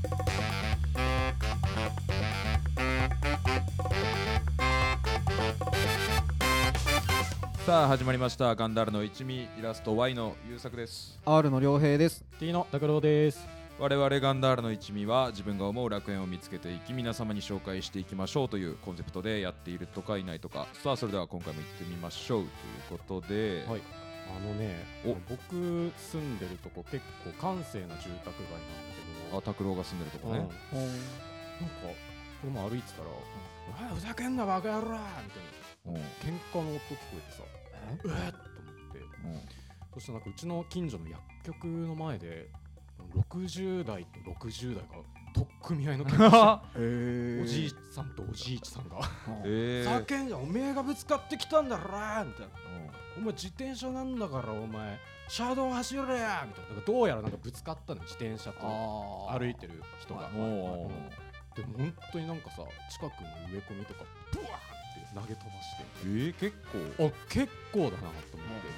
さあ始まりました。ガンダールの一味、イラスト Y の優作です。 R の良平です。 T の拓郎です。 我々ガンダールの一味は自分が思う楽園を見つけていき、皆様に紹介していきましょうというコンセプトでやっているとかいないとか。さあそれでは今回も行ってみましょうということで、 はい、僕住んでるとこ結構閑静な住宅街なんだけど、 拓郎が住んでるとこね、 なんかこれも歩いてたら、おいふざけんなバカ野郎みたいな喧嘩の音聞こえてさ、と思って、そしてなんかうちの近所の薬局の前で60代と60代が取っ組み合いの喧嘩しておじいさんとおじいちさんがふざけんじゃん、おめえがぶつかってきたんだろみたいな、お前自転車なんだからお前車道走れやみたいな、どうやらなんかぶつかったの、自転車と歩いてる人が。でも本当になんかさ、近くの植え込みとかブワーって投げ飛ばして、結構だなと思って、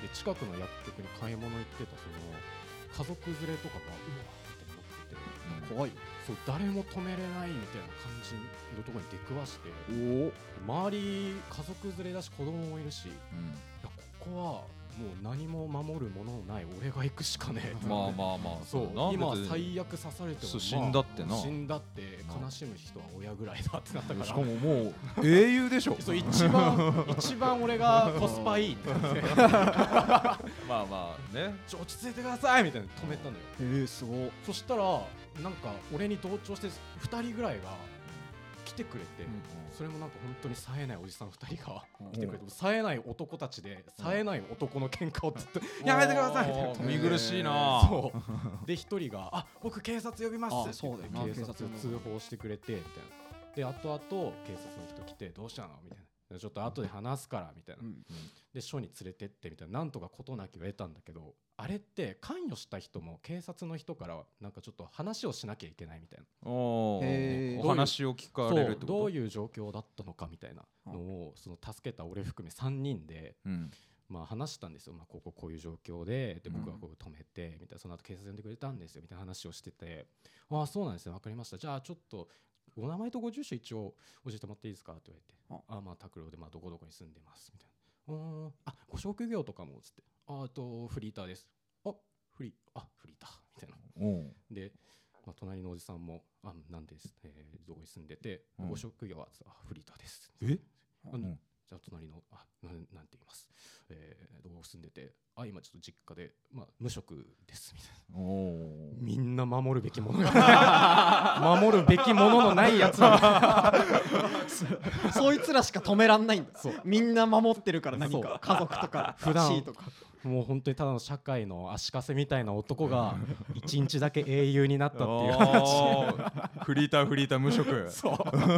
で近くの薬局に買い物行ってたその家族連れとかがうわーってなってて、怖い、そう誰も止めれないみたいな感じのところに出くわして、周り家族連れだし子供もいるし、いやここはもう何も守るもののない俺が行くしかねえ。 まあそう今最悪刺されても、 死んだってな、 死んだって悲しむ人は親ぐらいだってなったから、 しかももう英雄でしょそう一番俺がコスパいいってなってまあね、 落ち着いてくださいみたいな止めたのよ。 すごい。 そしたらなんか俺に同調して2人ぐらいが来てくれて、それもなんか本当に冴えないおじさん2人が来てくれて、冴えない男たちで冴えない男の喧嘩をずっとやめてくださいみたいな、 見苦しいな。 そうで1人が僕警察呼びますって、 そうだよな、 警察通報してくれてみたいな。で後々警察の人来て、どうしたのみたいな、ちょっと後で話すからみたいな、で署に連れてってみたいな、なんとか事なきを得たんだけど、あれって関与した人も警察の人からなんかちょっと話をしなきゃいけないみたいな、 お話を聞かれるってこと。 どういう状況だったのかみたいなのを、その助けた俺含め3人で、まあ話したんですよ。まあこういう状況で、僕はこう止めてみたいな、その後警察呼んでくれたんですよみたいな話をしてて、ああそうなんですね、分かりました、じゃあちょっとお名前とご住所一応教えてもらっていいですかって言われて、まあ拓郎で、まあどこどこに住んでますみたいな、ご職業とかもつって、フリーターです。フリーターみたいな。で、まあ、隣のおじさんもなんです、どこに住んでて、ご職業はフリーターです。じゃあ隣のなんて言います、どこ住んでて、今ちょっと実家で、まあ、無職ですみたいな。みんな守るべきものが守るべきもののないやつなんだそいつらしか止めらんないんだ。みんな守ってるから、何か家族とか普段地位とか、 もう本当にただの社会の足かせみたいな男が一日だけ英雄になったっていう話フリーター無職そう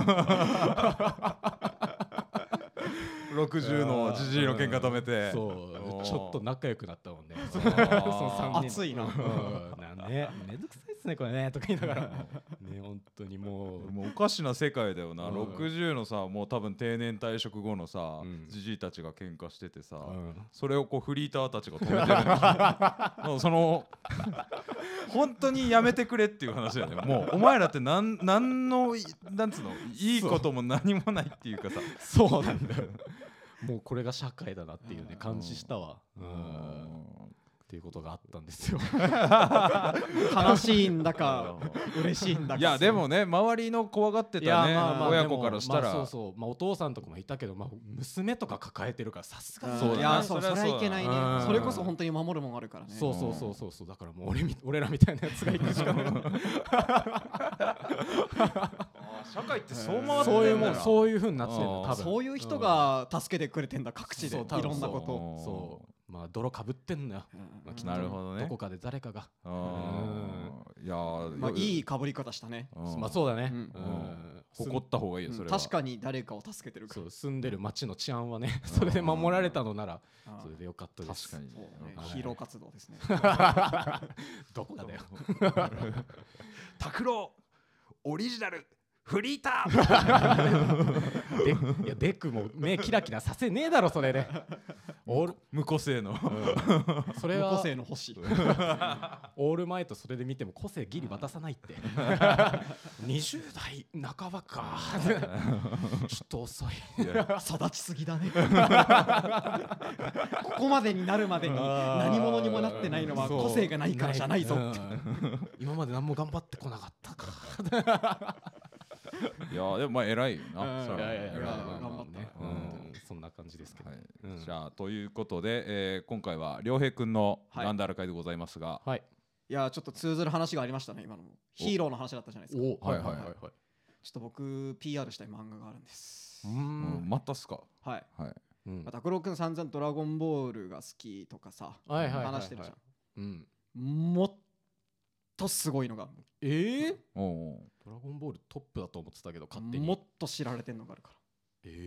60のジジイの喧嘩止めて、 そうちょっと仲良くなったもんね。 熱いな。 めんどくさいっすねこれねとか言いながらね、本当にもうおかしな世界だよな。60のさ、もう多分定年退職後のさ、ジジイたちが喧嘩しててさ、それをこうフリーターたちが止めてるその本当にやめてくれっていう話だよね。もうお前らってなんつうのいいことも何もないっていうかさ、 そうなんだよもうこれが社会だなっていうね感じしたわ。っていうことがあったんですよ悲しいんだか嬉しいんだか。 いやでもね、周りの怖がってたね親子からしたら、 お父さんとかもいたけど、娘とか抱えてるからさすがにそれはいけないね。それこそ本当に守るもんあるからね。 そうだからもう俺らみたいなやつが行くしかない社会ってそう回ってるんだな。 そういう風になってるの多分。 そういう人が助けてくれてんだ、各地でいろんなこと。 そうまあ泥かぶってんのよ。 なるほどね。 どこかで誰かが。 いやいいかぶり方したね。 まあそうだね。 誇った方がいいよそれは。 確かに誰かを助けてるから。 住んでる町の治安はね、それで守られたのならそれでよかったです。 確かにヒーロー活動ですね。 どこかだよ。 拓郎オリジナルフリーターいやデクも目キラキラさせねえだろそれで無個性のそれは無個性の星オールマイトそれで見ても個性ギリ渡さないって20代半ばかちょっと遅い育ちすぎだねここまでになるまでに何者にもなってないのは個性がないからじゃないぞって今まで何も頑張ってこなかったかいやでもまあ偉いよな。 いやいやいや頑張ってねそんな感じですけど、 じゃあということで今回は良平くんのランダール会でございますが、 はい、 いやちょっと通ずる話がありましたね今のヒーローの話だったじゃないですか。 はいはいはいはい。 ちょっと僕 PR したい漫画があるんです。 またっすか。 はいはい。 拓郎くん散々ドラゴンボールが好きとかさ話してるじゃん。もっとすごいのがドラゴンボールトップだと思ってたけど勝手にもっと知られてんのがあるから、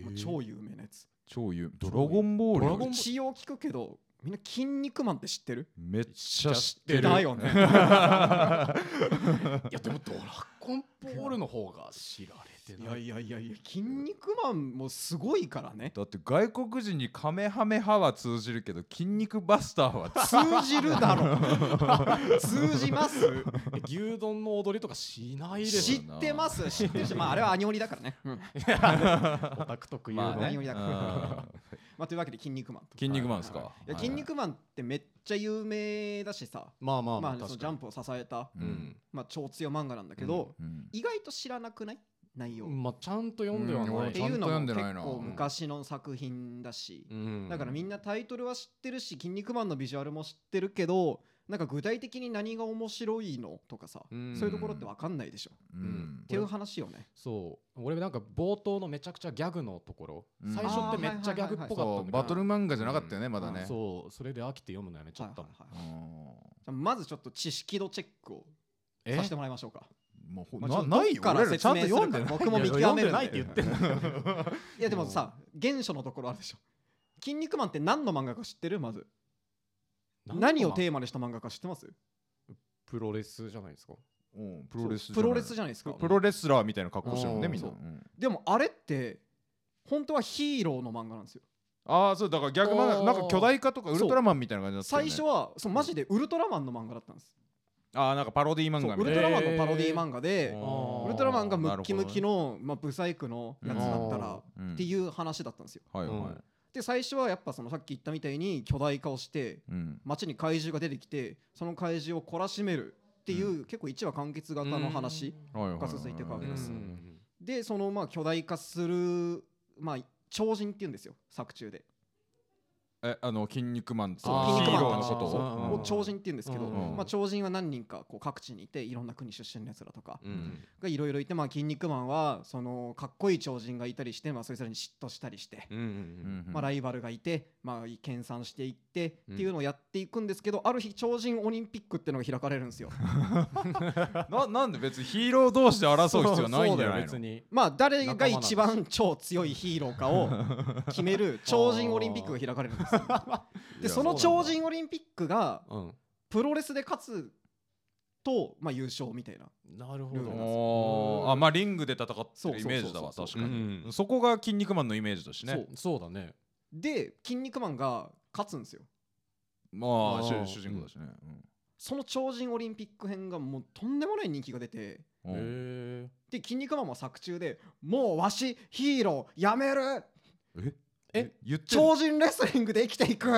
超有名なやつ。 ドラゴンボール一応聞くけどみんな筋肉マンって知ってる？ めっちゃ知ってるだよね。いやでもドラゴンボールの方が知られてない。 いや筋肉マンもすごいからね。 だって外国人にカメハメハは通じるけど筋肉バスターは通じるだろ通じます？ 牛丼の踊りとかしないでしょ。知ってます知ってるし、まああれはアニオリだからね。 オタク特有のアニオリだからまあというわけで筋肉マン筋肉マンですか。 いや筋肉マンってめっちゃ有名だしさ、 まあそのジャンプを支えたまあ超強漫画なんだけど意外と知らなくない？内容ちゃんと読んではないっていうのも結構昔の作品だし、だからみんなタイトルは知ってるし筋肉マンのビジュアルも知ってるけどなんか具体的に何が面白いのとかさ、そういうところって分かんないでしょ、っていう話よね。 そう俺なんか冒頭のめちゃくちゃギャグのところ、最初ってめっちゃギャグっぽかったんだけどバトル漫画じゃなかったよねまだね。 そうそれで飽きて読むのやめちゃったもん。 まずちょっと知識度チェックをさせてもらいましょうか。 ないよ俺らちゃんと読んで僕も見極めるないって言ってんのいやでもさ原初のところあるでしょ。筋肉マンって何の漫画か知ってる？まず何をテーマにした漫画か知ってます？ プロレスじゃないですか。 プロレスじゃないですか。 プロレスラーみたいな格好してるもんねみんな。 でもあれって本当はヒーローの漫画なんですよ。 そうだから逆漫画なんか巨大化とかウルトラマンみたいな感じだった。 最初はマジでウルトラマンの漫画だったんです。 なんかパロディ漫画みたいな。 ウルトラマンのパロディ漫画でウルトラマンがムッキムキのブサイクのやつだったらっていう話だったんですよ。で最初はやっぱそのさっき言ったみたいに巨大化をして街に怪獣が出てきてその怪獣を懲らしめるっていう結構一話完結型の話が続いていくわけです。でその巨大化する超人っていうんですよ作中で。 筋肉マンとヒーローのことを超人って言うんですけど、超人は何人か各地にいていろんな国出身のやつらとかがいろいろいて、筋肉マンはそのかっこいい超人がいたりして、そいつらに嫉妬したりして、ライバルがいて、研鑽していってっていうのをやっていくんですけど、ある日超人オリンピックっていうのが開かれるんですよ。 なんで別にヒーロー同士で争う必要ないんじゃないの？ 誰が一番超強いヒーローかを決める超人オリンピックが開かれるんです。でその超人オリンピックがプロレスで勝つと優勝みたいな。 なるほど。 リングで戦ってるイメージだわ。確かにそこが筋肉マンのイメージだしね。 そうだね。 で筋肉マンが勝つんですよ。 主人公だしね。 その超人オリンピック編がもうとんでもない人気が出て、で筋肉マンも作中でもうわしヒーローやめる、超人レスリングで生きていく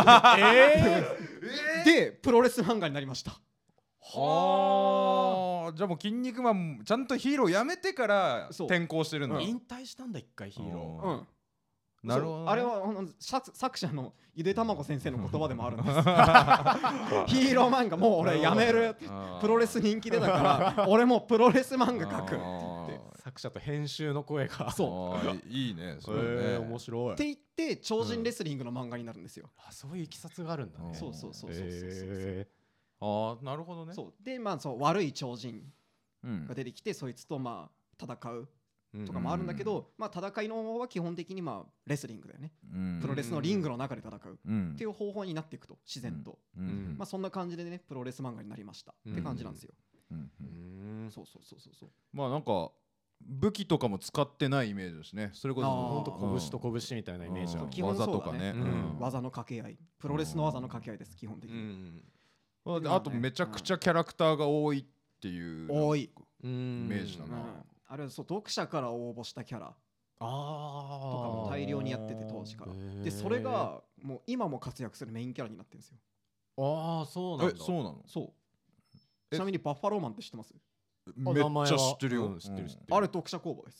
でプロレス漫画になりました。 じゃあもう筋肉マンちゃんとヒーローやめてから転向してるんだ。 引退したんだ一回ヒーロー。 なるほど。あれは作者のゆでたまご先生の言葉でもあるんです。ヒーロー漫画もう俺やめる、プロレス人気出たから俺もプロレス漫画描くって作者と編集の声がいいねそれね。 面白いって言って超人レスリングの漫画になるんですよ。 そういういきさつがあるんだね。 そうなるほどね。 で悪い超人が出てきてそいつと戦うとかもあるんだけど、戦いの方は基本的にレスリングだよね。プロレスのリングの中で戦うっていう方法になっていくと自然と、そんな感じでねプロレス漫画になりましたって感じなんですよ。そうなんか武器とかも使ってないイメージですね。それこそほんと拳と拳みたいなイメージ基本技とかね、 技の掛け合い、プロレスの技の掛け合いです、基本的に。 あとめちゃくちゃキャラクターが多いっていう多いイメージだな。 あれはそう読者から応募したキャラとかも大量にやってて当時から。でそれがもう今も活躍するメインキャラになってるんですよ。 ああそうなんだ。 そうなの。 そう。ちなみにバッファローマンって知ってます？ めっちゃ知ってるよ。 あれ読者公募です。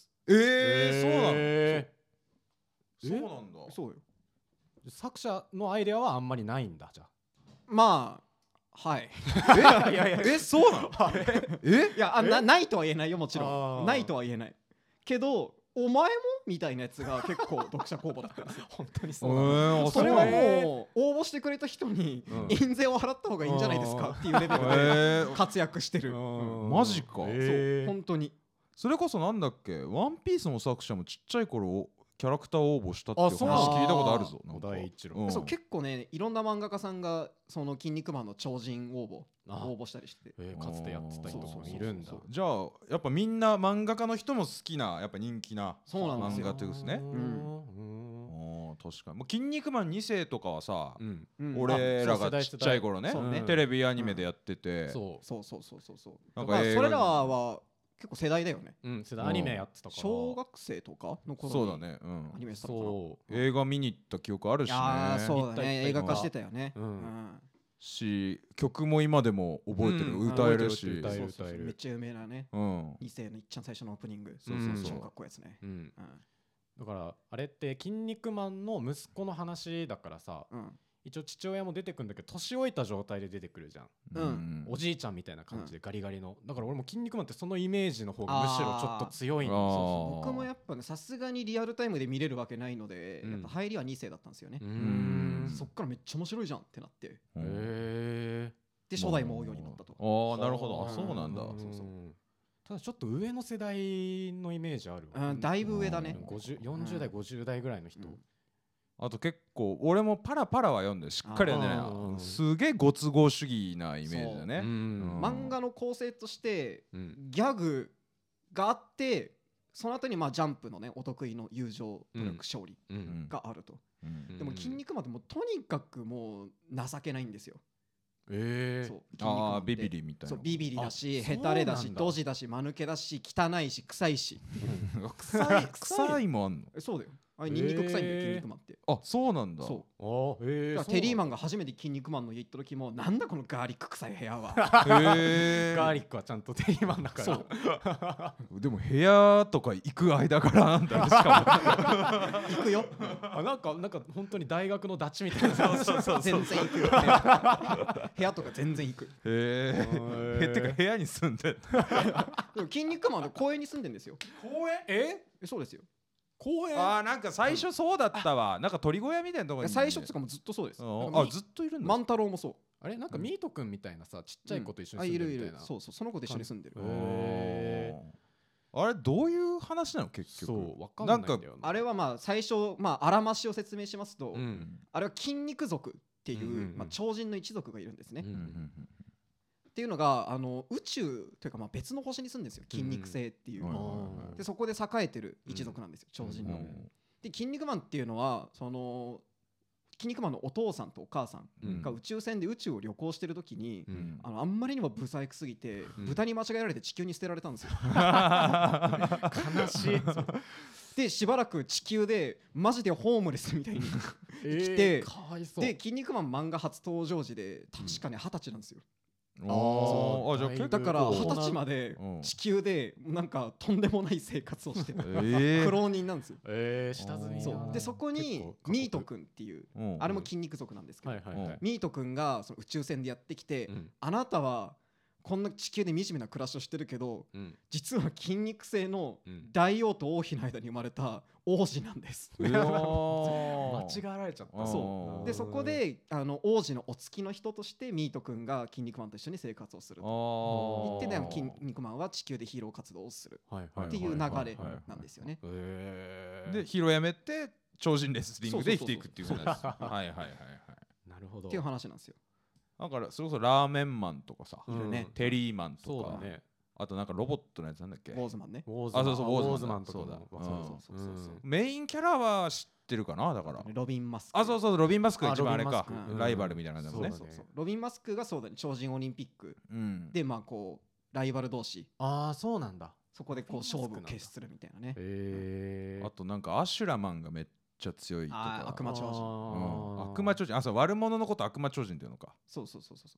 そうなの。そうなんだ。 そうよ。 作者のアイデアはあんまりないんだ。じゃあまあはい。 そうなの。 いやないとは言えないよ、もちろんないとは言えないけど、お前もみたいなやつが結構読者公募だったんですよ。 本当にそうなんだ。 それはもう応募してくれた人に印税を払った方がいいんじゃないですかっていうレベルで活躍してる。 マジか。 そう本当に。 それこそなんだっけ、ワンピースの作者もちっちゃい頃キャラクター応募したっていう話聞いたことあるぞ。 そう結構ね、いろんな漫画家さんがその筋肉マンの超人応募したりして、 かつてやってた人もいるんだ。 じゃあやっぱみんな漫画家の人も好きな、やっぱ人気な漫画っていうですね。確かにもう筋肉マン2世とかはさ、俺らがちっちゃい頃ねテレビアニメでやってて、 そうなんかそれらは結構世代だよね。 世代アニメやってたから。 小学生とかの頃そうだね。 アニメしたのかな。映画見に行った記憶あるしね。 そうだね、映画化してたよね。 曲も今でも覚えてる、歌えるし、 めっちゃ有名なね。2世のいっちゃん最初のオープニング、超かっこいいやつね。 だからあれって筋肉マンの息子の話だからさ、一応父親も出てくるんだけど年老いた状態で出てくるじゃん、おじいちゃんみたいな感じでガリガリの、だから俺も筋肉マンってそのイメージの方がむしろちょっと強いんですよ。 僕もやっぱね、さすがにリアルタイムで見れるわけないので、やっぱ入りは2世だったんですよね。そっからめっちゃ面白いじゃんってなって、で初代も追うようになったと。 なるほど。そうなんだ。 ただちょっと上の世代のイメージある。 だいぶ上だね。 40代50代ぐらいの人。 あと結構俺もパラパラは読んでしっかりね、すげえご都合主義なイメージだね。 漫画の構成としてギャグがあって、その後にジャンプのねお得意の友情努力勝利があると。でも筋肉マンってもうとにかくもう情けないんですよ。 ビビリみたいな。 ビビリだし、ヘタレだし、ドジだし、間抜けだし、汚いし、臭いし。 臭いもあんの？ そうだよ。あれニンニク臭いんだよ、筋肉マンって。 あ、そうなんだ。 そう。テリーマンが初めて筋肉マンの家行った時も、なんだこのガーリック臭い部屋は。 ガーリックはちゃんとテリーマンだから。 でも部屋とか行く間からなんだね、しかも。行くよ。 なんか本当に大学のダチみたいな。 全然行くよ。部屋とか全然行く。 てか部屋に住んで。 でも筋肉マンの公園に住んでんですよ。 公園？ そうですよ。 公園？ なんか最初そうだったわ。なんか鳥小屋みたいなところに。 最初とかもずっとそうです。 ずっといるんだ。 万太郎もそう。 あれなんかミートくんみたいなさ、ちっちゃい子と一緒に住んでるみたいな。 そうその子と一緒に住んでる。 あれどういう話なの結局？ そうわかんないんだよね。 あれは最初あらましを説明しますと、あれは筋肉族っていう超人の一族がいるんですね。っていうのが宇宙というか別の星に住んでるんですよ、筋肉星っていう。でそこで栄えてる一族なんですよ、超人の。で筋肉マンっていうのはその筋肉マンのお父さんとお母さんが宇宙船で宇宙を旅行してる時に、あんまりにもブサイクすぎて、豚に間違えられて地球に捨てられたんですよ。 悲しい。 でしばらく地球でマジでホームレスみたいに生きて、で筋肉マン漫画初登場時で確かね20歳なんですよ。だから20歳まで地球でなんかとんでもない生活をしてる苦労人なんですよ。 下積み。 でそこにミートくんっていうあれも筋肉族なんですけど、ミートくんがその宇宙船でやってきて、あなたはこんな地球で惨めな暮らしをしてるけど、実は筋肉性の大王と王妃の間に生まれた王子なんです。 間違えられちゃった。 そうでそこで王子のお付きの人としてミート君が筋肉マンと一緒に生活をすると言って、筋肉マンは地球でヒーロー活動をするっていう流れなんですよね。 でヒーローやめて超人レスリングで生きていくっていう話です。 なるほど。 っていう話なんですよ。 だからそれこそラーメンマンとかさ、テリーマンとか、 あとなんかロボットのやつなんだっけ、 ウォーズマンね。 ウォーズマン、 そうそうウォーズマンとかそうだメインキャラは知ってるかな。だからロビン・マスク。 そうそう、ロビン・マスクが一番あれか、ライバルみたいな感じだもんね。 ロビン・マスクがそうだね、超人オリンピックでまあこうライバル同士、 そうなんだ、 そこでこう勝負を決するみたいなね。 あとなんかアシュラマンがめっちゃ強いとか、 悪魔超人、 悪魔超人、そう悪者のこと悪魔超人っていうのか。 そう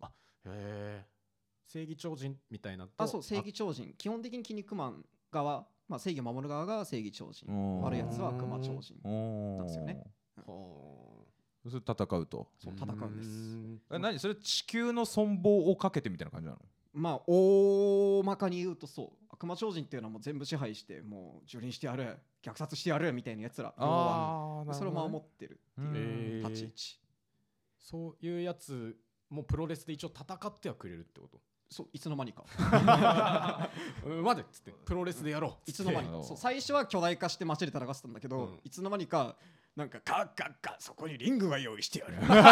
正義超人みたいな。 そう、正義超人、基本的に筋肉マン側、まあ正義を守る側が正義超人、悪いやつは悪魔超人なんですよね。 それ戦うと。 そう、戦うんです。 何それ、地球の存亡をかけてみたいな感じなの。 まあ大まかに言うとそう、悪魔超人っていうのはもう全部支配してもう蹂躙してやる、虐殺してやるみたいなやつら、それを守ってるっていう立ち位置。 そういうやつもプロレスで一応戦ってはくれるってこと。 そう、いつの間にか待てっつってプロレスでやろう、 いつの間にか。そう、最初は巨大化して街で戦ってたんだけど、いつの間にかなんかカッカッカそこにリングは用意してやる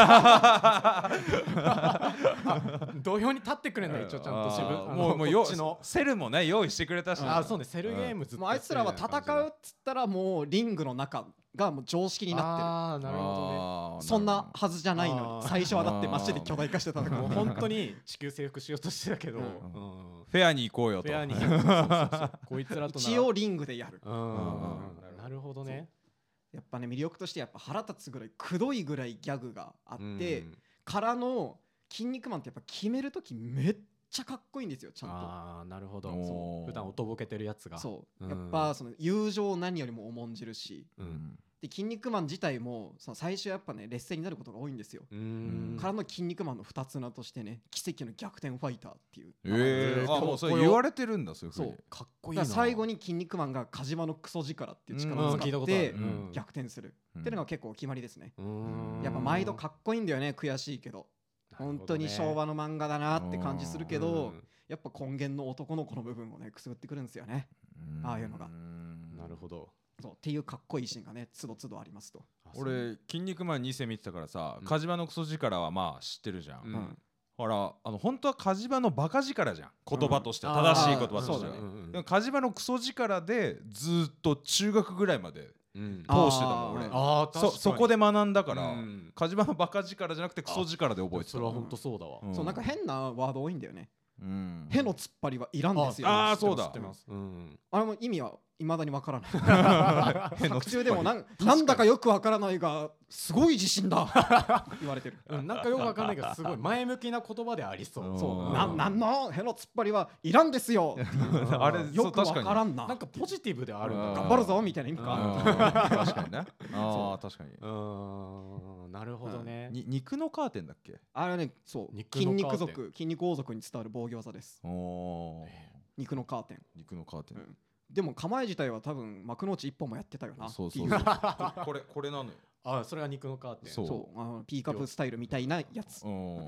土俵に立ってくれない、一応ちゃんと自分もうこっちのセルもね用意してくれたし、 そうね、セルゲームずっとあいつらは戦うっつったらもうリングの中がもう常識になってる。 なるほどね。 そんなはずじゃないのに最初はだって街で巨大化してたの。 もう本当に地球征服しようとしてたけど、 フェアに行こうよと。 フェアにこいつらと一応リングでやる。 なるほどね。 やっぱね、魅力としてやっぱ腹立つぐらいくどいぐらいギャグがあってからの、筋肉マンってやっぱ決めるときめっちゃかっこいいんですよ、ちゃんと。 なるほど。普段おとぼけてるやつが、 そうやっぱその友情を何よりも重んじるし、で筋肉マン自体もその最初やっぱね劣勢になることが多いんですよ。からの筋肉マンの二つ名としてね、奇跡の逆転ファイターっていう。 もうそれ言われてるんだ。そうかっこいいな。 最後に筋肉マンがカジマのクソ力っていう力を使って逆転するっていうのが結構決まりですね。やっぱ毎度かっこいいんだよね。悔しいけど本当に昭和の漫画だなって感じするけど、やっぱ根源の男の子の部分をねくすぐってくるんですよね、ああいうのが。 なるほど。 そうっていうかっこいいシーンがねつどつどありますと。 俺筋肉マン2世見てたからさ、カジマのクソ力はまあ知ってるじゃん。ほら本当はカジマのバカ力じゃん、言葉として正しい言葉としては。でもカジマのクソ力でずっと中学ぐらいまで通してたもん俺。そこで学んだから、カジマのバカ力じゃなくてクソ力で覚えてた。 それは本当そうだわ。 そうなんか変なワード多いんだよね。への突っ張りはいらんですよ。 そうだ。 あれも意味は未だにわからない。作中でもなんだかよくわからないがすごい自信だ言われてる。 なんかよくわかんないけどすごい前向きな言葉でありそう。 そうなんのへの突っ張りはいらんですよ。あれよくわからんな。 なんかポジティブである。 頑張るぞみたいな意味か。 確かにね。確かに。 なるほどね。 肉のカーテンだっけ？ あれね、そう筋肉族、筋肉王族に伝わる防御技です。肉のカーテン。 肉のカーテン。 でも構え自体は多分幕の内一本もやってたよな。 そうこれなのよ。 それが肉のカーテン。 そうピーカップスタイルみたいなやつ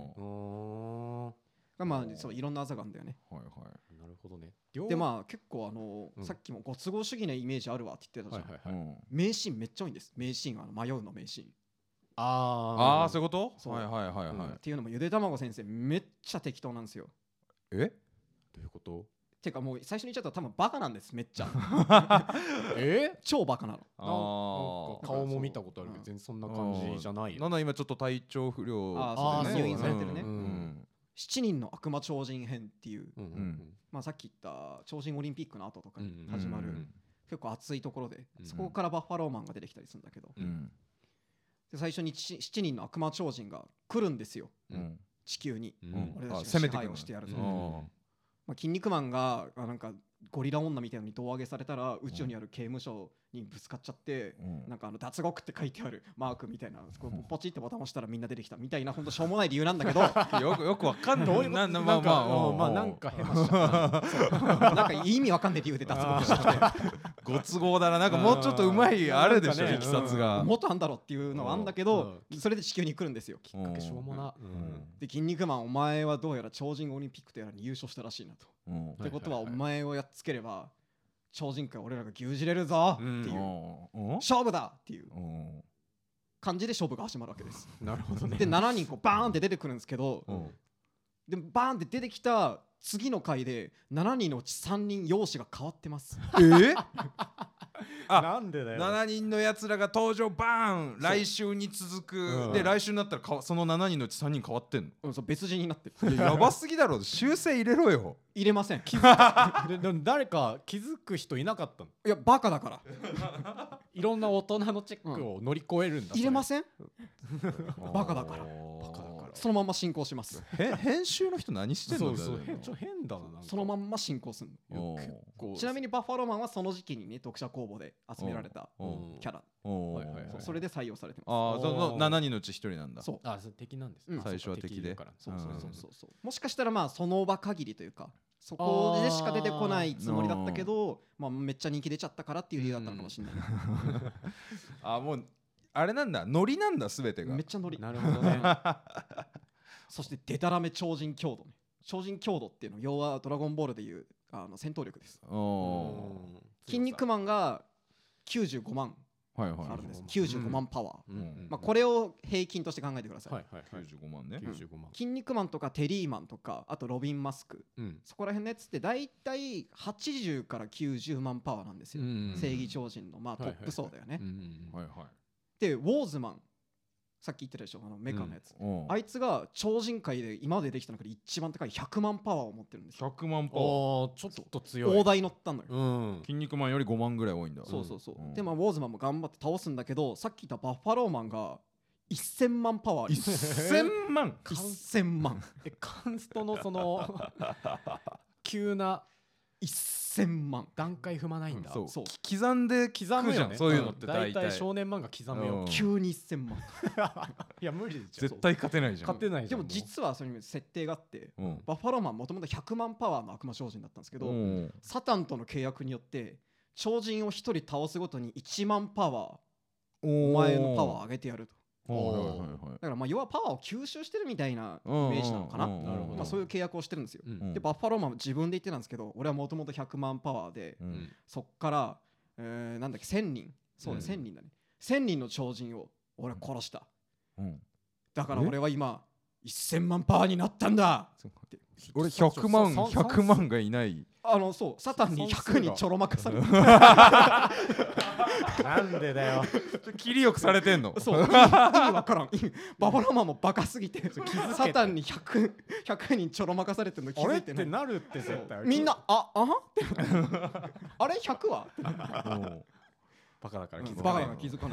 がまあそういろんな技があるんだよね。 なるほどね。 でまあ結構さっきもご都合主義なイメージあるわって言ってたじゃん。名シーンめっちゃ多いんです。名シーンは迷うの名シーン。 そういうこと？ っていうのもゆでたまご先生めっちゃ適当なんですよ。 どういうこと？ てかもう最初に言っちゃったら多分バカなんです。めっちゃ超バカなの。顔も見たことあるけど全然そんな感じじゃないよ。 なんだ今ちょっと体調不良入院されてるね。7人の悪魔超人編っていうまあさっき言った超人オリンピックの後とかに始まる結構熱いところで、そこからバッファローマンが出てきたりするんだけど、最初に7人の悪魔超人が来るんですよ、地球に。俺たちが支配をしてやるぞ。筋肉マンがなんかゴリラ女みたいなのに胴上げされたら宇宙にある刑務所にぶつかっちゃって、なんか脱獄って書いてあるマークみたいなポチってボタン押したらみんな出てきたみたいなほんとしょうもない理由なんだけどよくわかんない。なんか変ななんか意味わかんない理由で脱獄してきてご都合だな。なんかもうちょっとうまいあるでしょいきさつが。 もっとあんだろっていうのはあんだけど、それで地球に来るんですよ。 きっかけしょうもな。 で筋肉マンお前はどうやら超人オリンピックとやらに優勝したらしいなと。ってことはお前をやっつければ超人界俺らが牛耳れるぞっていう勝負だっていう感じで勝負が始まるわけです。 なるほどね。 で7人こうバーンって出てくるんですけど、でバーンって出てきた次の回で7人のうち3人容姿が変わってます。 なんでだよ。 7人のやつらが登場バーン来週に続く、で来週になったらその7人のうち3人変わってんの。 そう別人になってる。 やばすぎだろ。修正入れろよ。 入れません。 でも誰か気づく人いなかったの？ いやバカだからいろんな大人のチェックを乗り越えるんだ。 入れませんバカだからそのまま進行します。 編集の人何してんの？ 変だな。 そのまんま進行するの。ちなみにバッファローマンはその時期にね読者公募で集められたキャラ、それで採用されてます。 ああ、その7人のうち1人なんだ。 そう。 あ、それ敵なんです。 最初は敵で。 そう。もしかしたらまあその場限りというか、そこでしか出てこないつもりだったけど、まあめっちゃ人気出ちゃったからっていう理由だったのかもしれない。 あ、もうあれなんだ、ノリなんだ全てが。 めっちゃノリ。 なるほどね。 そしてデタラメ超人強度ね。超人強度っていうの要はドラゴンボールでいう戦闘力です。筋肉マンが95万あるんです。95万パワー。まあこれを平均として考えてください。 95万ね。 筋肉マンとかテリーマンとかあとロビンマスク、そこら辺のやつってだいたい80から90万パワーなんですよ。正義超人のまあトップ層だよね。でウォーズマン、さっき言ってたでしょ、メカのやつ、あいつが超人界で今までできた中で一番高い100万パワーを持ってるんですよ。 100万パワー、 ちょっと強い。 大台乗ったのよ。 筋肉マンより5万ぐらい多いんだ。 そう。でまあウォーズマンも頑張って倒すんだけど、さっき言ったバッファローマンが1000万パワーある。 1000万 1000万カンストのその急な 1000万段階踏まないんだ。 そう刻んで刻むじゃん、そういうのって大体少年漫画刻むよ。 急に1000万いや無理でしょ、 絶対勝てないじゃん。 勝てないじゃん。 でも実はそれに設定があって、バッファローマンもともと100万パワーの悪魔超人だったんですけど、サタンとの契約によって超人を1人倒すごとに1万パワーお前のパワー上げてやると。だからまあ要はパワーを吸収してるみたいなイメージなのかな。まあそういう契約をしてるんですよ。でバッファローマンも自分で言ってたんですけど、俺はもともと100万パワーで、そっからなんだっけ1000人、そうだ1000人だね、1000人の超人を俺は殺した。だから俺は今1000万パワーになったんだ。 俺100万がいない。 そうサタンに100人ちょろまかされる。 なんでだよ。 切りよくされてんの。 そう意味わからん。バファローマンもバカすぎてサタンに100人ちょろまかされてるの気づいてない。 あれってなるって絶対。 みんなってあれ100はバカだから気づかない。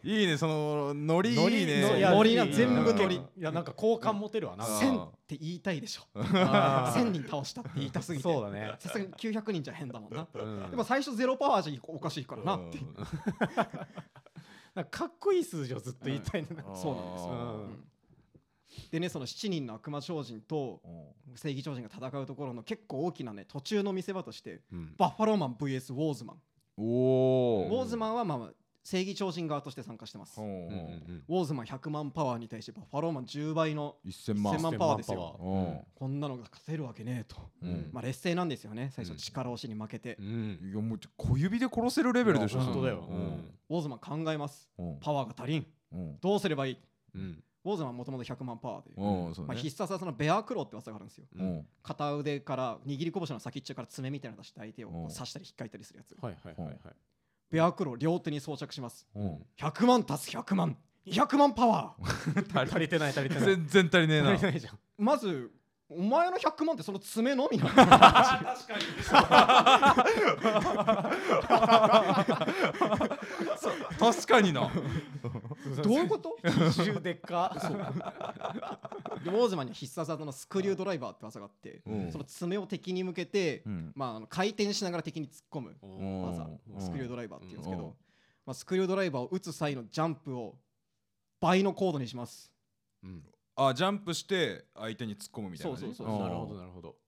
いいね、そのノリいいね。 ノリが全部ノリ。 いやなんか好感持てるわな。 1000って言いたいでしょ。1000人倒したって言いたすぎて。 そうだね。 さすがに900人じゃ変だもんな。でも最初ゼロパワーじゃおかしいからなって。 なんかかっこいい数字をずっと言いたいの。 そうなんですよ。でね、その7人の悪魔超人と正義超人が戦うところの結構大きなね途中の見せ場としてバッファローマン VS ウォーズマン。ウォーズマンはまあ正義超人側として参加してます。ウォーズマン100万パワーに対してバッファローマン10倍の1000万パワーですよ。こんなのが勝てるわけねえと。まあ劣勢なんですよね、最初力押しに負けて。 いやもう小指で殺せるレベルでしょ。 本当だよ。 ウォーズマン考えます。パワーが足りん、どうすればいい。ウォーズマンもともと100万パワーで、必殺技のベアクローって技があるんですよ。片腕から握り拳の先っちょから爪みたいなの出して相手を刺したり引っかいたりするやつ。ベアクロー両手に装着します。100万足す100万200万パワー足りてない全然足りねえな。 まずお前の100万ってその爪のみなの。 確かに確かにな。 どういうこと？ でっか。 ウォーズマンには必殺技のスクリュードライバーって技があって、その爪を敵に向けて回転しながら敵に突っ込む技、スクリュードライバーっていうんですけど、スクリュードライバーを打つ際のジャンプを倍の高度にします。 ジャンプして相手に突っ込むみたいな。 そうなるほど。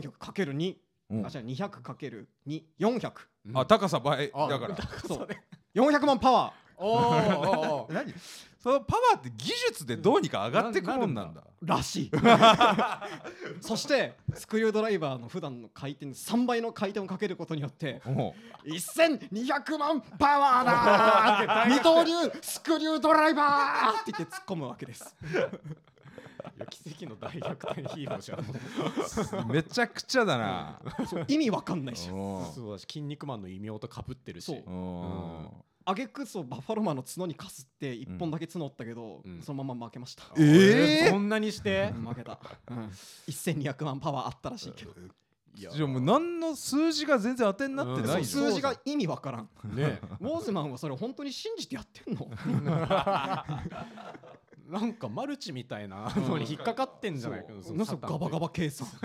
400×2、200×2、400。 高さ倍だから。 400万パワー。何？そのパワーって技術でどうにか上がってくるんなんだ。 らしい。そしてスクリュードライバーの普段の回転3倍の回転をかけることによって1200万パワーだ二刀流スクリュードライバーって言って突っ込むわけです。 奇跡の大逆転ヒーローじゃん。 めちゃくちゃだな。 意味わかんないし、 そうだし、筋肉マンの異名とかぶってるし。 あげくそバッファローマンの角にかすって1本だけ角折ったけど、そのまま負けました。 そんなにして負けた。1200万パワーあったらしいけど。 じゃあもう何の数字が全然当てになってないじゃん。数字が意味わからん。 ね、 ウォーズマンはそれ本当に信じてやってんの？ なんかマルチみたいなのに引っかかってんじゃないかな。 ガバガバ計算。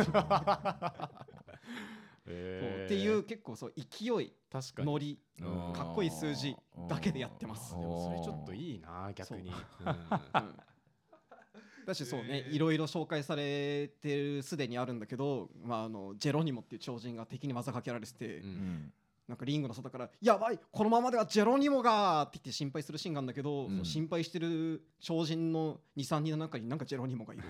っていう結構そう勢い、ノリ、かっこいい数字だけでやってます。 でもそれちょっといいな逆に。 だしそうね、いろいろ紹介されてるすでにあるんだけど、ジェロニモっていう超人が敵に技かけられてて、なんかリングの外から「やばいこのままではジェロニモが!」って言って心配するシーンがあるんだけど、心配してる超人の 2,3 人の中になんかジェロニモがいる。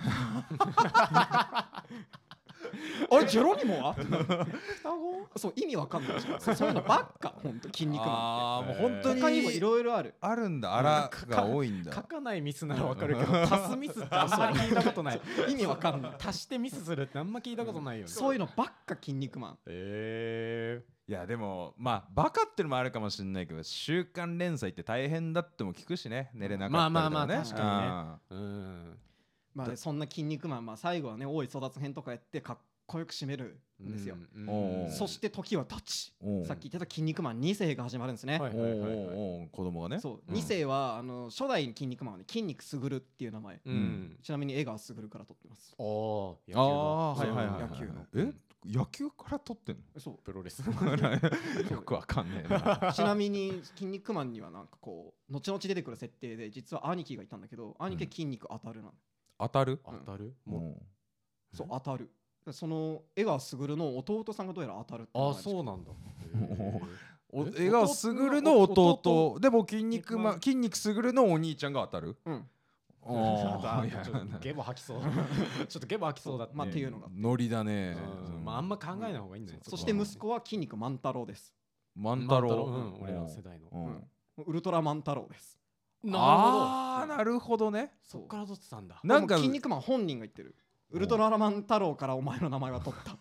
あれジェロニモは双子？そう意味わかんない。そういうのばっか本当筋肉マンって。 もう本当に他にもいろいろあるんだ。あらが多いんだ。 書かないミスならわかるけど、足すミスってあんま聞いたことない。 意味わかんない。 足してミスするってあんま聞いたことないよね。 そういうのばっか筋肉マン。 いやでもバカってのもあるかもしれないけど、週刊連載って大変だっても聞くしね、寝れなかったりとかね。 確かにね。 そんな筋肉マン、最後はね大い争奪編とかやってかっこよく締めるんですよ。そして時は経ち、さっき言ってた筋肉マン2世が始まるんですね。 子供がね。 そう2世は初代筋肉マンはね筋肉すぐるっていう名前。ちなみに江川卓から取ってます。 野球の。 野球から取ってんの？ そうプロレス。 よくわかんねえな。 ちなみに筋肉マンにはなんかこう後々出てくる設定で、実は兄貴がいたんだけど、兄貴筋肉当たるなの。 当たる？ そう当たる。その江川卓の弟さんがどうやら当たるって。 そうなんだ。 江川卓の弟でも筋肉卓のお兄ちゃんが当たる。 ゲボ吐きそう。ちょっとゲボ吐きそうだっていうのがノリだね。 あんま考えない方がいいんだよ。 そして息子は筋肉万太郎です。 万太郎。 俺ら世代のウルトラ万太郎です。 なるほどね。 そっから取ってたんだ。 なんか筋肉マン本人が言ってる。ウルトラマン太郎からお前の名前は取った。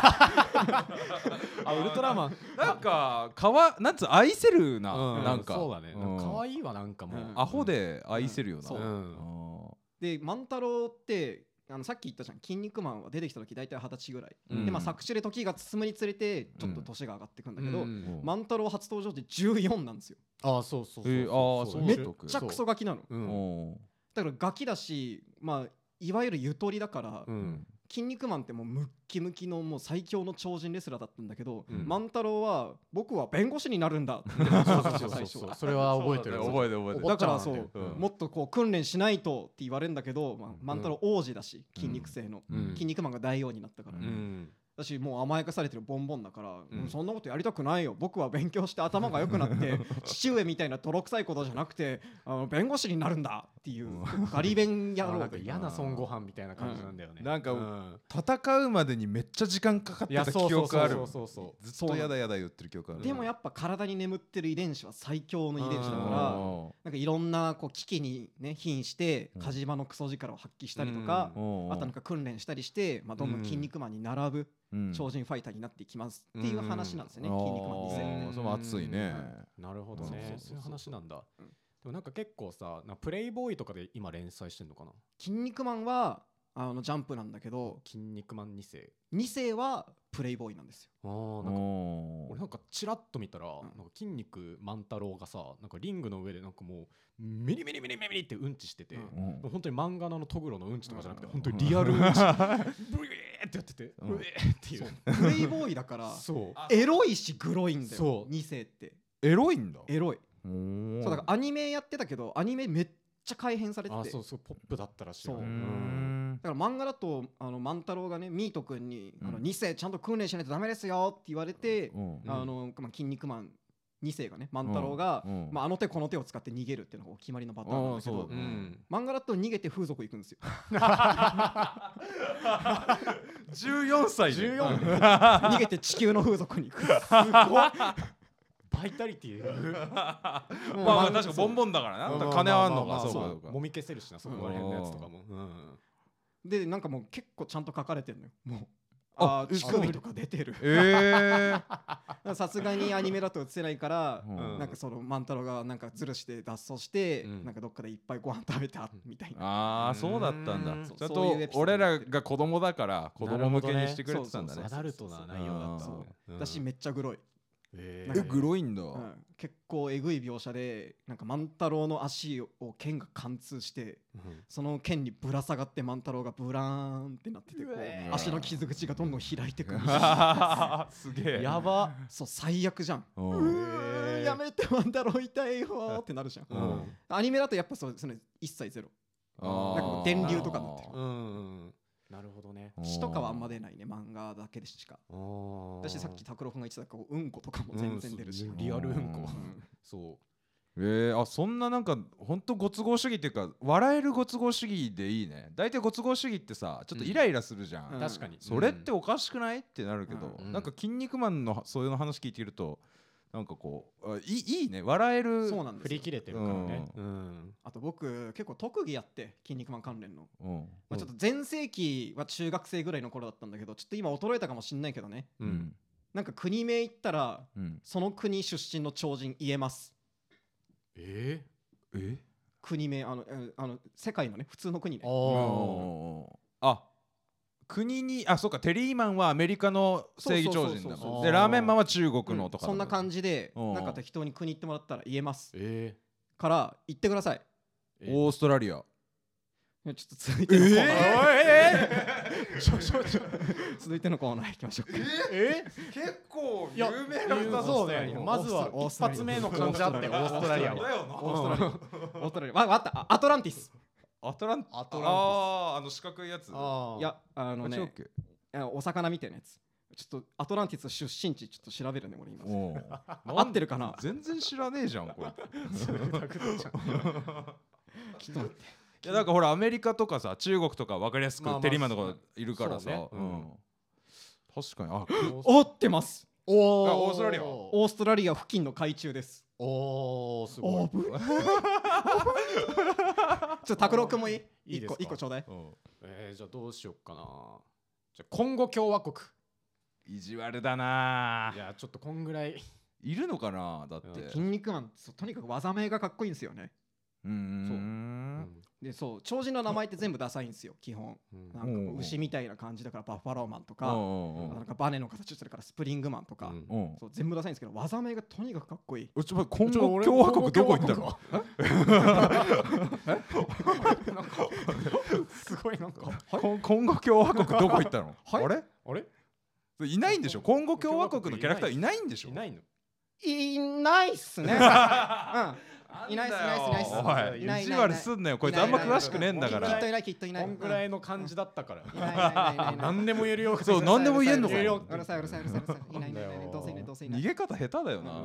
ウルトラマンなんかなんつ愛せるな。なんかそうだね。可愛いわ。なんかもうアホで愛せるよな。 で万太郎ってさっき言ったじゃん、筋肉マンは出てきた時大体20歳ぐらいで、作中で時が進むにつれてちょっと年が上がっていくんだけど、万太郎初登場って14なんですよ。 そうめっちゃクソガキなの。だからガキだし、いわゆるゆとりだから、筋肉マンってもうムッキムキのもう最強の超人レスラーだったんだけど、万太郎は僕は弁護士になるんだって最初。 それは覚えてる。 だからそうもっとこう訓練しないとって言われるんだけど、万太郎王子だし筋肉性の、筋肉マンが大王になったから。だしもう甘やかされてるボンボンだから、そんなことやりたくないよ、僕は勉強して頭が良くなって父上みたいな泥臭いことじゃなくて弁護士になるんだっていうガリ弁野郎。 嫌な孫悟飯みたいな感じなんだよね。 なんか戦うまでにめっちゃ時間かかってた記憶ある。ずっとやだやだ言ってる記憶ある。 でもやっぱ体に眠ってる遺伝子は最強の遺伝子だから、なんかいろんなこう危機にね瀕して火島のクソ力を発揮したりとか、あとなんか訓練したりしてどんどん筋肉マンに並ぶ超人ファイターになっていきますっていう話なんですよね。筋肉マン2世。 それ熱いね。 なるほどね。そういう話なんだ。でもなんか結構さ、プレイボーイとかで今連載してんのかな。 筋肉マンはジャンプなんだけど、 筋肉マン 2世はプレイボーイなんですよ。 俺なんかチラッと見たら、なんか筋肉万太郎がさ、なんかリングの上でなんかもうミリミリミリミリってうんちしてて、本当に漫画のトグロのうんちとかじゃなくて本当にリアルうんちブイーってやってて、うえっていうプレイボーイだからエロいしグロいんだよ。2世ってエロいんだ。 エロい。そうだからアニメやってたけど、アニメめっちゃ改変されてて、 そうポップだったらしい。 だから漫画だと万太郎がねミート君に2世ちゃんと訓練しないとダメですよって言われて、筋肉マン2世がね万太郎があの手この手を使って逃げるっていうのが決まりのパターンなんだけど、漫画だと逃げて風俗行くんですよ。 14歳で逃げて地球の風俗に行く。すごいバイタリティ確かボンボンだからな。金あんのか。 もみ消せるしな、そこら辺のやつとかも。 でなんかもう結構ちゃんと書かれてるのよ。もう乳首とか出てる。さすがにアニメだと映せないから、なんかその万太郎がなんかズルして脱走して、なんかどっかでいっぱいご飯食べたみたいな。 ああそうだったんだ。ちょっと俺らが子供だから子供向けにしてくれてたんだね。 アダルトな内容だった。 私めっちゃグロい。 グロいんだ。 結構えぐい描写でなんか万太郎の足を剣が貫通して、その剣にぶら下がって万太郎がブラーンってなってて、足の傷口がどんどん開いてくる。 すげえやば。 そう最悪じゃん。やめて万太郎痛いよってなるじゃん。アニメだとやっぱそうですね、一切ゼロ。なんかもう電流とかになってる。 なるほどね。 血とかはあんま出ないね、漫画だけでしか。私さっき拓郎君が言ってたうんことかも全然出るし、 リアルうんこ。そう 。そんななんかほんとご都合主義っていうか笑えるご都合主義でいいね。大体ご都合主義ってさちょっとイライラするじゃん。 確かに。 それっておかしくないってなるけど、なんか筋肉マンのそういう話聞いてるとなんかこういいね、笑える。 そうなんですよ。 振り切れてるからね。 あと僕結構特技やって筋肉マン関連の、まあちょっと全盛期は中学生ぐらいの頃だったんだけど、ちょっと今衰えたかもしんないけどね、なんか国名言ったらその国出身の超人言えます。国名世界のね普通の国ね。 国にそうか、テリーマンはアメリカの正義超人だ。でラーメンマンは中国のとか、 そんな感じでなんか適当に国言ってもらったら言えますから言ってください。 オーストラリア。 ちょっと続いてのコーナー続いてのコーナーいきましょうか。 結構有名なそうね。まずは一発目の感じあってオーストラリアは。 オーストラリアわかった。アトランティス。 四角いやつ。 いやね、お魚みたいなやつ。ちょっとアトランティス出身地ちょっと調べるね俺今。合ってるかな。 全然知らねえじゃんこれ。 ちょっと待って。 いやなんかほらアメリカとかさ中国とか分かりやすくテリーマンとかいるからさ。確かに合ってます。 オーストラリア。 オーストラリア付近の海中です。 すごい。 ちょっと拓郎君もいい？一個ちょうだい。 じゃあどうしよっかな。じゃあコンゴ共和国。 意地悪だな。 いやちょっとこんぐらいいるのかな。だって筋肉マンとにかく技名がかっこいいんですよね。でそう超人の名前って全部ダサいんですよ基本。なんか牛みたいな感じだからバッファローマンとか、なんかバネの形してるからスプリングマンとか、そう全部ダサいんですけど技名がとにかくかっこいい。 ちょっとコンゴ共和国どこ行ったの？ すごいなんかコンゴ共和国どこ行ったの？あれいないんでしょ？コンゴ共和国のキャラクターいないんでしょ？ いないの？ いないっすね。いないっす。 意地悪すんなよこいつあんま詳しくねえんだから。 きっといない。 こんぐらいの感じだったから。何でも言えるよ。 そう何でも言えんのかよ。 うるさい。いない。どうせいない。 逃げ方下手だよな。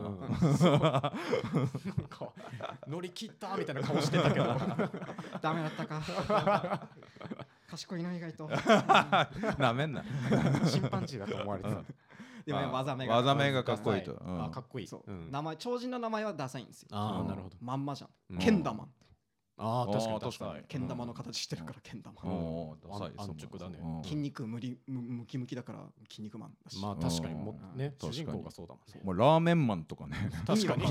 乗り切ったみたいな顔してたけど。 ダメだったか。賢いな意外と。 なめんな。 チンパンジーだと思われてた。 でも技名がかっこいいと。 かっこいい。 名前超人の名前はダサいんですよ。 なるほど。 まんまじゃん。ケンダマン。 確かにけん玉の形してるからけん玉。 安直だね。 筋肉ムキムキだから筋肉マンだし。 まあ確かにもね主人公がそうだもん。 ラーメンマンとかね。 確かに。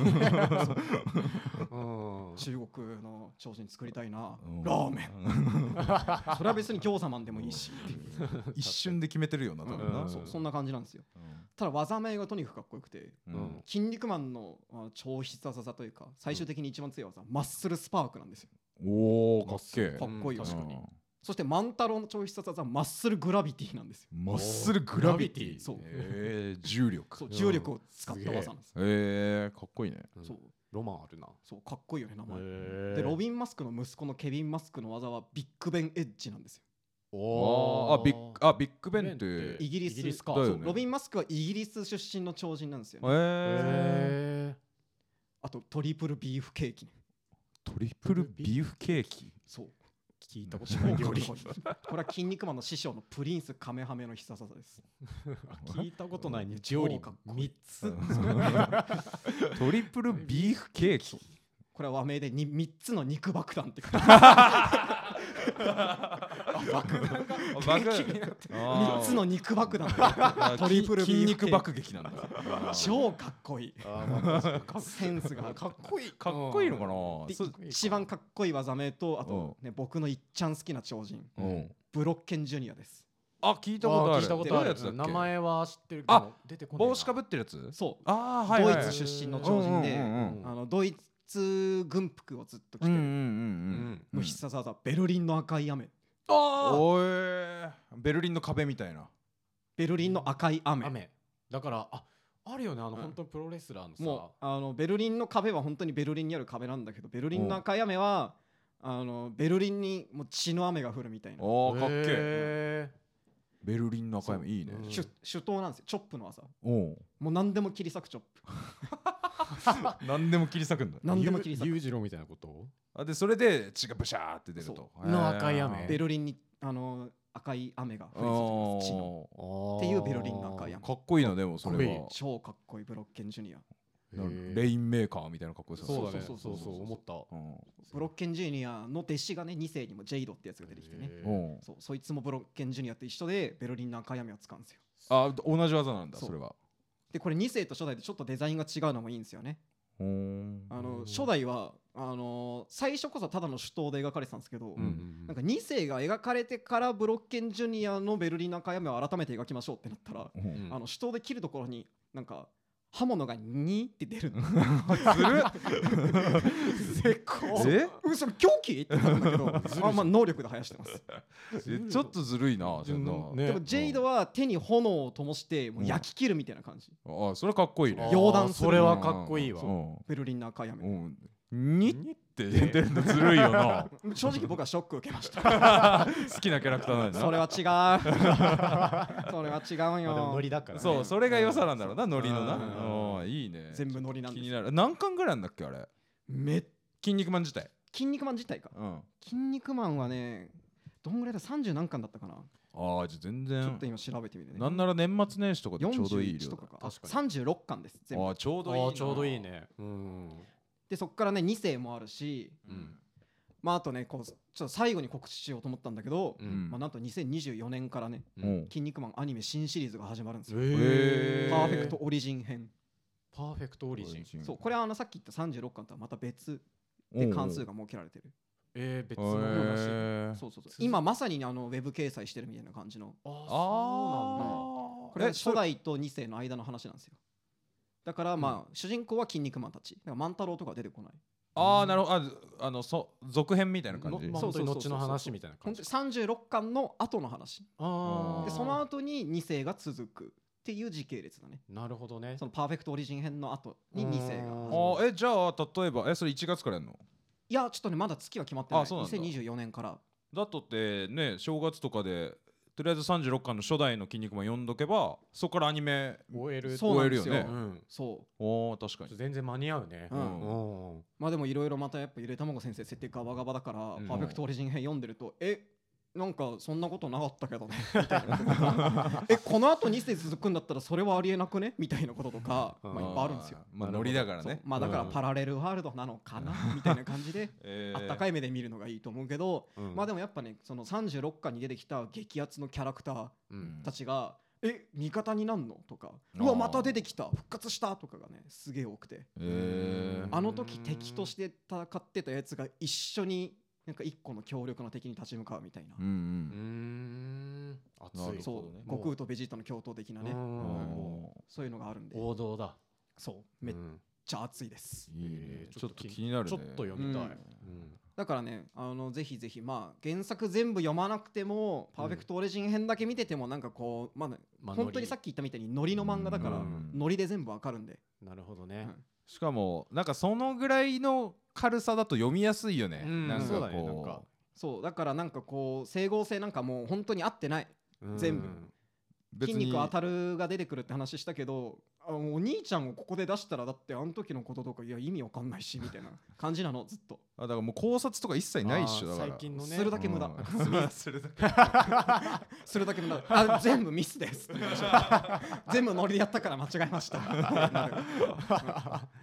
中国の超人作りたいな。ラーメン。それは別に餃子マンでもいいし。 一瞬で決めてるよな多分な。 そんな感じなんですよ。ただ技名がとにかくかっこよくて、筋肉マンの超必殺技というか最終的に一番強い技マッスルスパークなんですよ。 おおかっけえ。 かっこいいよ。確かに。そして万太郎の超必殺技はマッスルグラビティなんですよ。 マッスルグラビティ。 そう。 重力。 そう重力を使った技なんです。 かっこいいね。 そう。 ロマンあるな。 そうかっこいいよね名前。でロビンマスクの息子のケビンマスクの技はビッグベンエッジなんですよ。 ビッグベンってイギリスか。ロビンマスクはイギリス出身の超人なんですよね。あとトリプルビーフケーキ。 トリプルビーフケーキ。 そう聞いたことない料理。 これは筋肉マンの師匠のプリンスカメハメの必殺技です。 聞いたことない料理3つ。 トリプルビーフケーキ。 これは和名で3つの肉爆弾って 3つの肉爆弾トリプル筋肉爆撃なんだ超かっこいいセンスがかっこいいかっこいいのかな。 一番かっこいい技名とあとね僕のいっちゃん好きな超人ブロッケンジュニアです。 あ、聞いたことある。 聞いたことある。名前は知ってるけど出てこない。 帽子かぶってるやつ。 そう、 ドイツ出身の超人でドイツ軍服をずっと着てるの必殺技ベルリンの赤い雨。 おい、ベルリンの壁みたいな。 ベルリンの赤い雨だからあるよね、本当プロレスラーのさ、 もうベルリンの壁は本当にベルリンにある壁なんだけど、ベルリンの赤い雨はベルリンにもう血の雨が降るみたいな。 おー、かっけえ。ベルリンの赤い雨いいね。 手刀なんですよ、チョップの技。 もう何でも切り裂くチョップ何でも切り裂くんだ。 何でも切り裂く。 裕次郎みたいなこと。 でそれで血がブシャーって出ると。 の赤い雨。 ベルリンに赤い雨が降り注ぎます。血のっていうベルリンの赤い雨。 かっこいいな。でもそれは超かっこいいブロッケンジュニア。 レインメーカーみたいな格好です。 そうだね。そう思った。 ブロッケンジュニアの弟子がね、2世にもジェイドってやつが出てきてね、そいつもブロッケンジュニアと一緒でベルリンの赤い雨を使うんですよ。 同じ技なんだそれは。 でこれ2世と初代でちょっとデザインが違うのもいいんですよね。初代は最初こそただの手刀で描かれてたんですけど、なんか2世が描かれてからブロッケンジュニアのベルリンの赤い雨を改めて描きましょうってなったら、手刀で切るところになんか刃物がにって出るの。 ずるっ絶好。それ狂気ってなるんだけど、能力で生やしてます。 ちょっとずるいな。でもジェイドは手に炎を灯してもう焼き切るみたいな感じ。 それかっこいいね。 溶断する。 それはかっこいいわ。 ベルリンの赤い雨。 にって出てるのずるいよな。 正直僕はショック受けました。 好きなキャラクターなんだ。 それは違う。それは違うよ。 ノリだから。 そう、それが良さなんだろうな、ノリのな。いいね。 全部ノリなんです。 気になる。何巻ぐらいなんだっけあれ。筋肉マン自体。 筋肉マン自体か。筋肉マンはね、どんぐらいだ、30何巻だったかな。 じゃあ全然。 ちょっと今調べてみてね。 なんなら年末年始とかでちょうどいい量。 36巻です。 ちょうどいい。 ちょうどいいね。 でそっからね2世もあるし、あとねこうちょっと最後に告知しようと思ったんだけど、なんと2024年からね筋肉マンアニメ新シリーズが始まるんですよ。パーフェクトオリジン編。 パーフェクトオリジン。 そう、これはさっき言った36巻とはまた別で関数が設けられてる。 別の話。 そう今まさにウェブ掲載してるみたいな感じの。 そうなんだ。 これは初代と2世の間の話なんですよ。だから主人公は筋肉マンたち。だから万太郎とか出てこない。 なるほど。続編みたいな感じ。 そう後の話みたいな感じ。 36巻の後の話。でその後に2世が続くっていう時系列だね。 なるほどね。 そのパーフェクトオリジン編の後に2世が。 じゃあ例えばそれ1月からやるの？ いやちょっとねまだ月は決まってない。2024年から。 だとってね、正月とかでとりあえず36巻の初代の筋肉マン読んどけばそこからアニメ終えるよね。 そう。 確かに全然間に合うね。 でもいろいろまたやっぱゆでたまご先生設定ガバガバだからパーフェクトオリジン編読んでるとなんかそんなことなかったけどねみたいなこの後2世続くんだったらそれはありえなくねみたいなこととかいっぱいあるんですよ。 ノリだからね。 だからパラレルワールドなのかなみたいな感じであったかい目で見るのがいいと思うけど、でもやっぱねその36巻に出てきた激アツのキャラクターたちが味方になんのとか、うわまた出てきた復活したとかがねすげえ多くて、あの時敵として戦ってたやつが一緒になんか一個の強力な敵に立ち向かうみたいな。 熱い。 そう、悟空とベジータの共闘的なね、そういうのがあるんで。 王道だ。 そうめっちゃ熱いです。 ちょっと気になるね。 ちょっと読みたい。 だからねぜひぜひ原作全部読まなくてもパーフェクトオリジン編だけ見ててもなんかこう本当にさっき言ったみたいにノリの漫画だからノリで全部わかるんで。 なるほどね。 しかもなんかそのぐらいの軽さだと読みやすいよね。 そうだね。なんかそうだからなんかこう整合性なんかもう本当に合ってない。全部筋肉当たるが出てくるって話したけど、お兄ちゃんをここで出したらだってあの時のこととかいや意味わかんないしみたいな感じなのずっと。 だからもう考察とか一切ないっしょ。だから最近のねするだけ無駄。するだけ無駄。全部ミスです。全部ノリでやったから間違えました。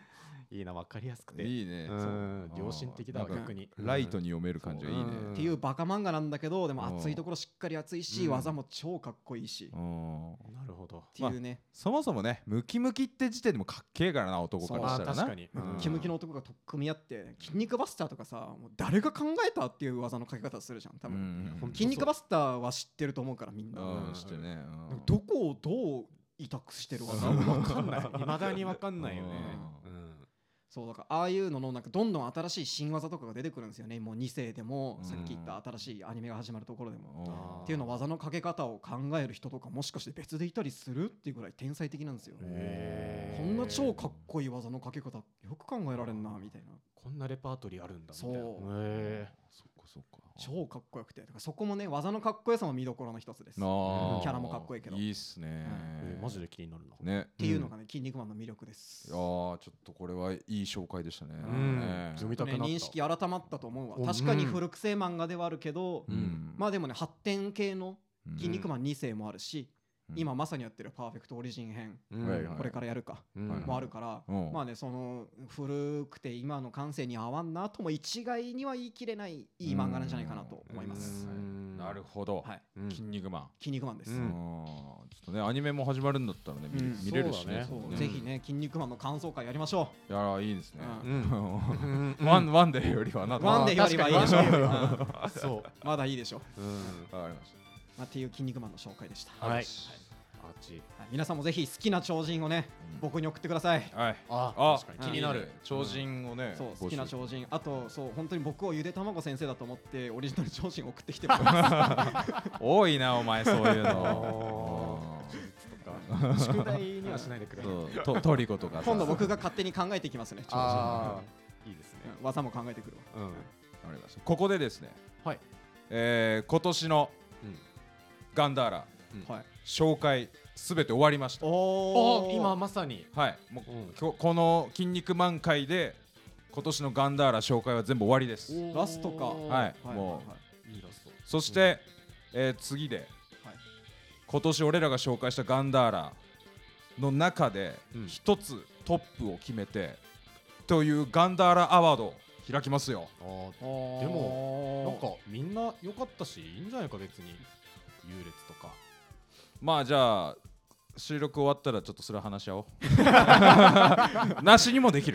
いいな、分かりやすくていいね。 良心的だわ、逆にライトに読める感じがいいね。 っていうバカ漫画なんだけど、でも熱いところしっかり熱いし、技も超かっこいいし、 なるほどっていうね。 そもそもね、ムキムキって時点でもかっけえからな、男からしたらな。 確かにムキムキの男が取っ組み合って、筋肉バスターとかさ、もう誰が考えたっていう技のかけ方するじゃん、多分。筋肉バスターは知ってると思うから、みんな。 知ってね。 どこをどう委託してる技分かんない、未だに分かんないよね。 そうだからああいうののなんかどんどん新しい新技とかが出てくるんですよね。もう2世でもさっき言った新しいアニメが始まるところでもっていうの技のかけ方を考える人とかもしかして別でいたりするっていうぐらい天才的なんですよ。こんな超かっこいい技のかけ方よく考えられんなみたいな。 こんなレパートリーあるんだみたいな。 そうそっか超かっこよくて、そこもね技のかっこよさも見どころの一つです。キャラもかっこいいけどいいっすね。 マジで気になるなね。 っていうのがね筋肉マンの魅力です。 ちょっとこれはいい紹介でしたね。 認識改まったと思うわ。確かに古くせえ漫画ではあるけど、まあでもね発展系の筋肉マン2世もあるし、今まさにやってるパーフェクトオリジン編、これからやるかもあるから、まあねその古くて今の感性に合わんなとも一概には言い切れないいい漫画なんじゃないかなと思います。 なるほど。筋肉マン。 筋肉マンです。 ちょっとねアニメも始まるんだったらね見れるしね。 ぜひね筋肉マンの感想会やりましょう。 いやいいですね。ワンデーよりはな。 ワンデーよりはいいでしょ。そうまだいいでしょ。 わかりました。 っていう筋肉マンの紹介でした。 はい。 皆さんもぜひ好きな超人をね僕に送ってください。 はい。 確かに気になる超人をね。 そう好きな超人。あとそう本当に僕をゆでたまご先生だと思ってオリジナル超人を送ってきてもらいます。 多いなお前そういうの。 宿題にはしないでくれ。 トリコとか。 今度僕が勝手に考えていきますね。超人。 いいですね。 技も考えてくるわ。 ここでですね。 はい。 今年のガンダーラ紹介すべて終わりました。 今まさに。 はい。もうこの筋肉マン会で今年のガンダーラ紹介は全部終わりです。 ラストか。 はい。もういいラスト。そして次で今年俺らが紹介したガンダーラの中で一つトップを決めてというガンダーラアワードを開きますよ。 でもなんかみんな良かったしいいんじゃないか別に優劣とか。 まあじゃあ収録終わったらちょっとそれ話し合おう。なしにもできる。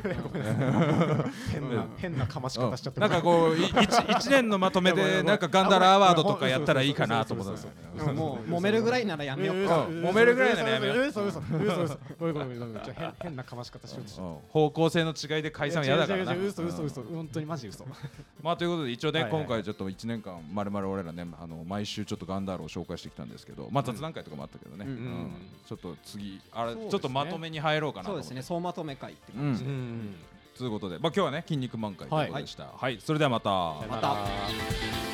変なかまし方しちゃった。 なんかこう1年のまとめでなんかガンダラアワードとかやったらいいかなと思ったんですよ。 もう揉めるぐらいならやめようか。 揉めるぐらいならやめよう。 変なかまし方しようとした。 方向性の違いで解散は嫌だからな。 嘘本当にマジ嘘。 まあということで一応ね今回ちょっと1年間まるまる俺らね毎週ちょっとガンダーラを紹介してきたんですけど、まあ雑談会とかもあったけどね。ちょっと次ちょっとまとめに入ろうかなと。 そうですね、総まとめ会って感じで。 ということで、まあ今日はね筋肉マン会ということでした。はい、それではまた。 また。